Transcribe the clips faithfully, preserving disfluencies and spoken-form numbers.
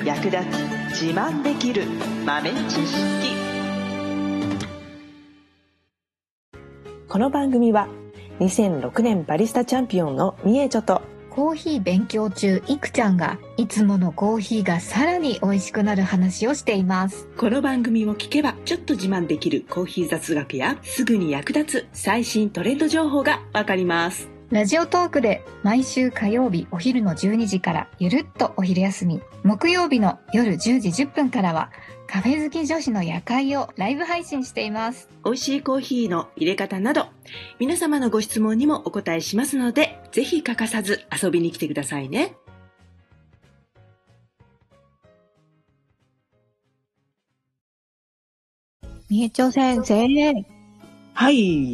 役立つ自慢できる豆知識。この番組はにせんろくねんバリスタチャンピオンのみえちょとコーヒー勉強中いくちゃんがいつものコーヒーがさらに美味しくなる話をしています。 この番組を聞けばちょっと自慢できるコーヒー雑学やすぐに役立つ最新トレンド情報がわかります。 ラジオトークで毎週火曜日お昼のじゅうにじからゆるっとお昼休み、木曜日の夜じゅうじじゅっぷんからはカフェ好き女子の夜会をライブ配信しています。 美味しいコーヒーの入れ方など皆様のご質問にもお答えしますので、ぜひ欠かさず遊びに来てくださいね。 みえちょ先生、 はい、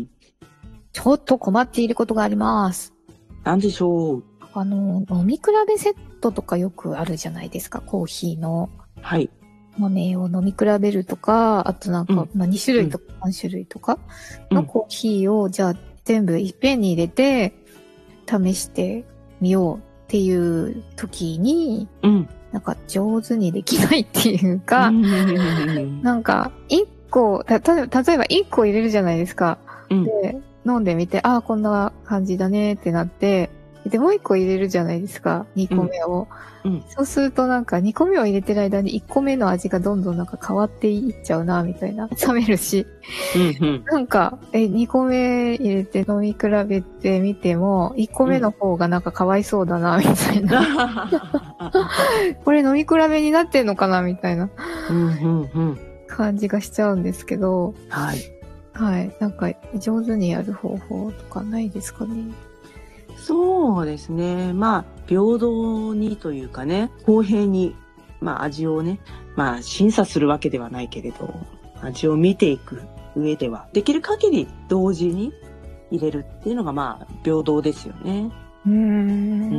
ちょっと困っていることがあります。 なんでしょう。 あの、飲み比べセットとかよくあるじゃないですか、コーヒーの。 はい。 豆を飲み比べるとか、あとなんか、 うんまあ、に種類とかさん種類とかのコーヒーを、じゃあ全部いっぺんに入れて試してみようっていう時に、 うん。 なんか上手にできないっていうか、 うんなんかいっこ、た、た、例えばいっこ入れるじゃないですか。 うん、 で、飲んでみて、ああ、こんな感じだねってなって、で、もういっこ入れるじゃないですか、にこめを。 うん、 そうするとなんかにこめを入れてる間にいっこめの味がどんどんなんか変わっていっちゃうな、みたいな。冷めるし。 うんうん、 なんか、え、にこめ入れて飲み比べてみても、いっこめの方がなんかかわいそうだな、みたいな。これ飲み比べになってんのかな、みたいなうんうんうん、 感じがしちゃうんですけど。 はい。 はい。なんか上手にやる方法とかないですかね。 そうですね。まあ、平等にというかね、公平に、まあ味をね、まあ審査するわけではないけれど、味を見ていく上では、できる限り同時に入れるっていうのがまあ平等ですよね。 うーん。 うん。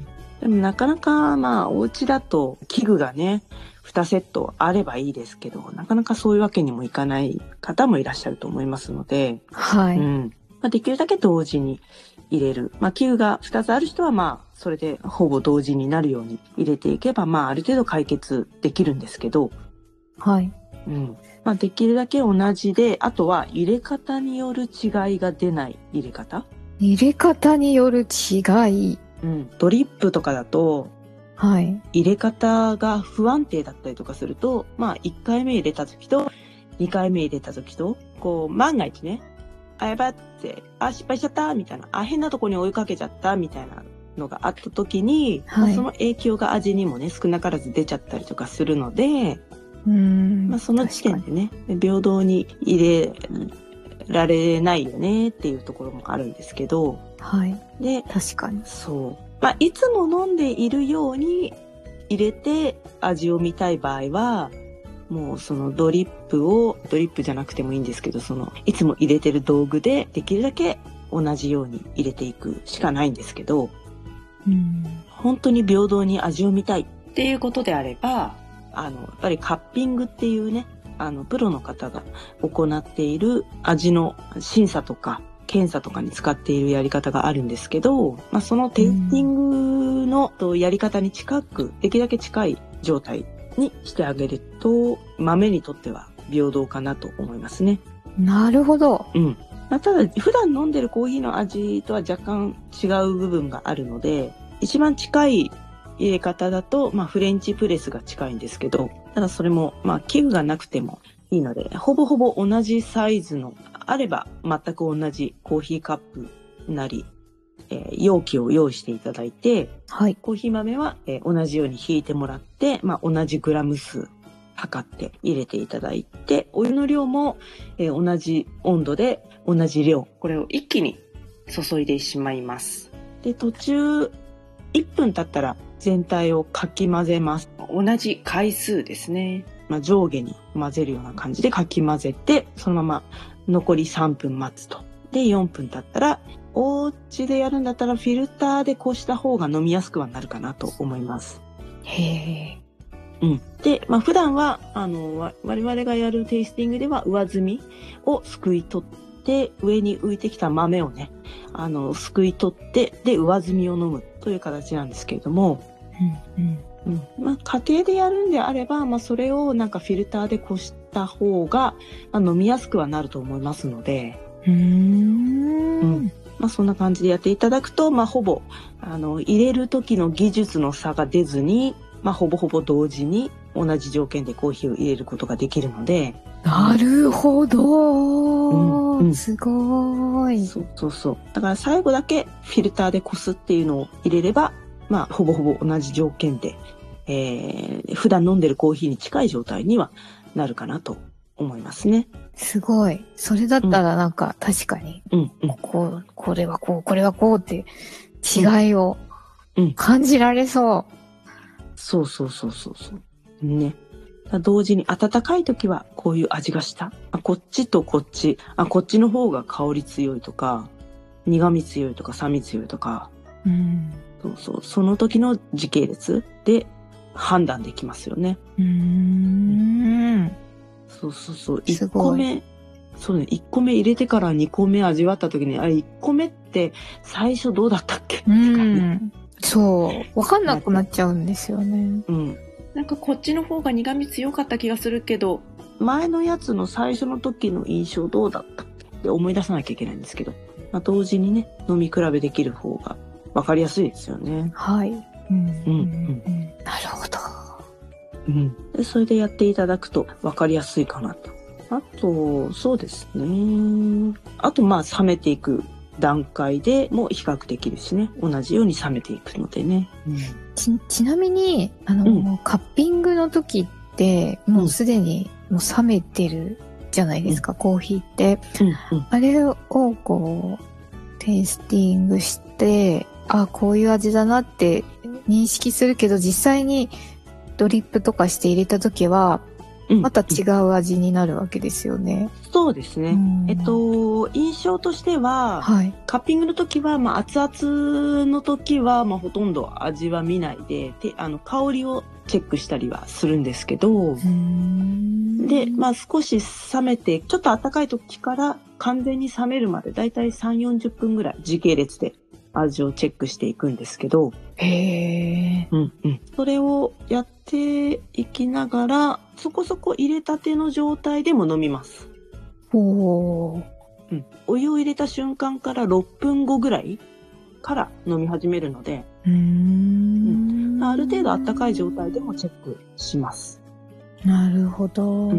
でもなかなかまあお家だと器具がね、にセットあればいいですけど、なかなかそういうわけにもいかない方もいらっしゃると思いますので、 はい。 うん。まあ、できるだけ同時に入れる。まあ、器具がふたつある人はまあ、それでほぼ同時になるように入れていけば、まあ、ある程度解決できるんですけど、 はい。 うん。まあ、できるだけ同じで、あとは入れ方による違いが出ない入れ方。 入れ方による違い。 うん。ドリップとかだと、 はい。 入れ方が不安定だったりとかすると、まあ、いっかいめ入れた時と、にかいめ入れた時と、こう、万が一ね、あ、やばって、あ、失敗しちゃったみたいな、あ、変なとこに追いかけちゃったみたいなのがあった時に、 はいまあ、その影響が味にもね、少なからず出ちゃったりとかするので、 うーん。 まあ、その時点でね、平等に入れられないよねっていうところもあるんですけど、 はい。 で、 確かに。 そう。まあ、いつも飲んでいるように入れて味を見たい場合は、もうそのドリップを、ドリップじゃなくてもいいんですけど、そのいつも入れてる道具でできるだけ同じように入れていくしかないんですけど、 うん。 本当に平等に味を見たいっていうことであれば、あの、やっぱりカッピングっていうね、あの、プロの方が行っている味の審査とか、検査とかに使っているやり方があるんですけど、まあ、そのテイスティングのやり方に近く、できるだけ近い状態にしてあげると、豆にとっては平等かなと思いますね。 なるほど。 うん。まあ、ただ、普段飲んでるコーヒーの味とは若干違う部分があるので、一番近い入れ方だと、まあ、フレンチプレスが近いんですけど、ただそれも、まあ、器具がなくてもいいので、ほぼほぼ同じサイズの、あれば全く同じコーヒーカップなり、えー、容器を用意していただいて、 はい。 コーヒー豆は、えー、同じように引いてもらって、まあ、同じグラム数測って入れていただいて、お湯の量も、えー、同じ温度で同じ量、これを一気に注いでしまいます。で、途中いっぷん経ったら全体をかき混ぜます。同じ回数ですね。まあ、上下に混ぜるような感じでかき混ぜて、そのまま残りさんぷん待つと。で、よんぷん経ったら、お家でやるんだったらフィルターでこうした方が飲みやすくはなるかなと思います。 へー。うん。で、まあ普段は、あの、我々がやるテイスティングでは上澄みをすくい取って、上に浮いてきた豆をね、あの、すくい取って、で、上澄みを飲むという形なんですけれども、 うんうん。 うん、まあ家庭でやるんであれば、まあそれをなんかフィルターでこした方が、まあ、飲みやすくはなると思いますので、 うーん、 うん、まあそんな感じでやっていただくと、まあほぼあの入れる時の技術の差が出ずに、まあほぼほぼ同時に同じ条件でコーヒーを入れることができるので。 なるほど、 うんうん、 すごい。 そうそうそう。だから最後だけフィルターでこすっていうのを入れれば、まあほぼほぼ同じ条件で、えー、普段飲んでるコーヒーに近い状態にはなるかなと思いますね。 すごい。それだったらなんか確かに、 うんうん、 こう、これはこう、これはこうって違いを感じられそう。うんうん、 そうそうそうそうそう。ね。同時に温かい時はこういう味がした。あ、こっちとこっち。あ、こっちの方が香り強いとか、苦味強いとか酸味強いとか。 うん、 そうそう。その時の時系列で判断できますよね。 うーん。 そうそうそう。いっこめ、そうね。いっこめ入れてからにこめ味わった時に、あれいっこめって最初どうだったっけって感じ。そう。わかんなくなっちゃうんですよね。 うん。なんかこっちの方が苦味強かった気がするけど、前のやつの最初の時の印象どうだったって思い出さなきゃいけないんですけど、まあ、同時にね、飲み比べできる方が分かりやすいですよね。 はい。うん。うん。うん、なるほど。 うん。で、それでやっていただくと分かりやすいかなと。あと、そうですね。あと、まあ、冷めていく段階でも比較できるしね。同じように冷めていくのでね。うん、 ち、ちなみに、あの、うん、カッピングの時って、もうすでにもう冷めてるじゃないですか、うん、コーヒーって。うんうん、あれをこう、テイスティングして、あ、こういう味だなって認識するけど、実際にドリップとかして入れた時は、また違う味になるわけですよね。 うん、そうですね。えっと、印象としては、はい、カッピングの時は、まあ、熱々の時は、まあ、ほとんど味は見ないで、で、あの、香りをチェックしたりはするんですけど、で、まあ、少し冷めて、ちょっと温かい時から完全に冷めるまで、だいたいさんじゅう、よんじゅっぷんぐらい時系列で味をチェックしていくんですけど、 へー。 うんうん。それをやっていきながら、そこそこ入れたての状態でも飲みます。 おー。 うん。お湯を入れた瞬間からろっぷんごぐらいから飲み始めるので、 うーん、 うん、ある程度温かい状態でもチェックします。 なるほど。 うん、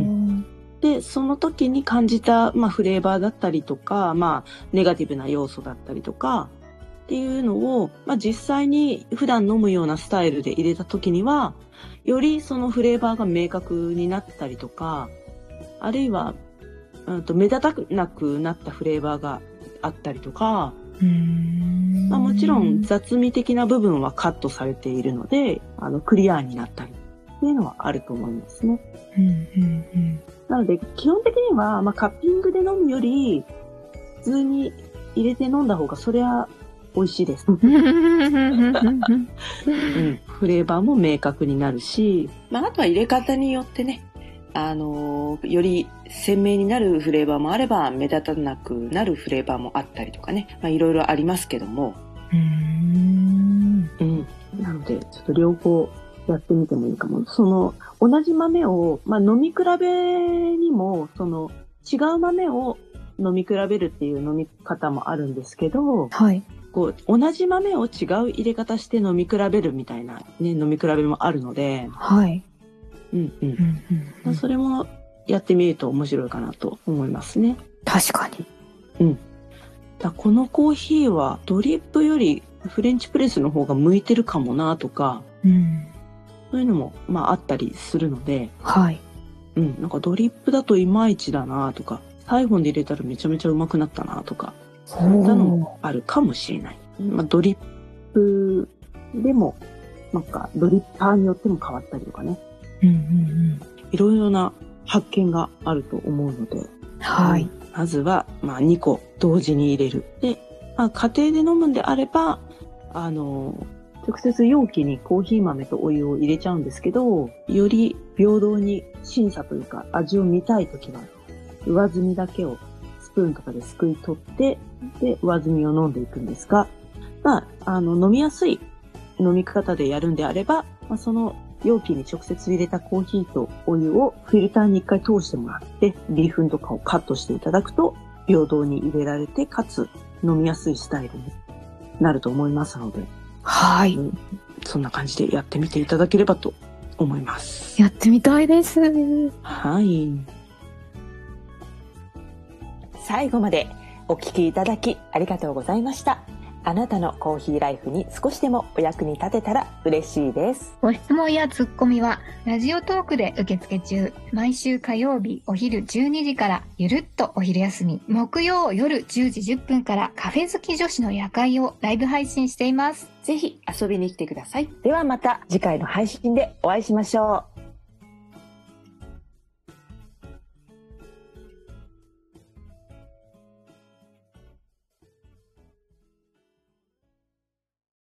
で、その時に感じた、まあ、フレーバーだったりとか、まあ、ネガティブな要素だったりとか、っていうのを、まあ、実際に普段飲むようなスタイルで入れた時には、よりそのフレーバーが明確になったりとか、あるいは、うんと目立たなくなったフレーバーがあったりとか、 うーん、 まあ、もちろん雑味的な部分はカットされているので、あのクリアになったりっていうのはあると思いますね。 うんうんうん、 なので基本的には、まあ、カッピングで飲むより普通に入れて飲んだ方がそりゃ美味しいです。うん、フレーバーも明確になるし、まあ、あとは入れ方によってね、あのー、より鮮明になるフレーバーもあれば目立たなくなるフレーバーもあったりとかね、まあ、いろいろありますけども、 うーん、 うん、なのでちょっと両方やってみてもいいかも。その同じ豆を、まあ、飲み比べにもその違う豆を飲み比べるっていう飲み方もあるんですけど、 はい、 こう同じ豆を違う入れ方して飲み比べるみたいな、ね、飲み比べもあるので、 はい、 うんうんうんうん、それもやってみると面白いかなと思いますね。 確かに。 うん。だこのコーヒーはドリップよりフレンチプレスの方が向いてるかもなとか、 うん、 そういうのもまああったりするので、 はい、 うん、なんかドリップだといまいちだなとか、サイフォンで入れたらめちゃめちゃうまくなったなとか、そういったのもあるかもしれない。まあ、ドリップでもなんかドリッパーによっても変わったりとかね、 うんうんうん、 いろいろな発見があると思うので、 はい、 まずはまあにこ同時に入れる。で、まあ、家庭で飲むんであれば、あの直接容器にコーヒー豆とお湯を入れちゃうんですけど、より平等に審査というか味を見たいときは上澄みだけをスプーンとかですくい取って、で上澄みを飲んでいくんですが、まあ、あの飲みやすい飲み方でやるんであれば、 まあ、その容器に直接入れたコーヒーとお湯をフィルターに一回通してもらって、微粉とかをカットしていただくと、平等に入れられて、かつ飲みやすいスタイルになると思いますので、 はい。 そんな感じでやってみていただければと思います。 やってみたいです。 はい。 最後までお聞きいただきありがとうございました。あなたのコーヒーライフに少しでもお役に立てたら嬉しいです。 ご質問やツッコミはラジオトークで受付中。毎週火曜日お昼じゅうにじからゆるっとお昼休み、木曜夜じゅうじじゅっぷんからカフェ好き女子の夜会をライブ配信しています。 ぜひ遊びに来てください。ではまた次回の配信でお会いしましょう。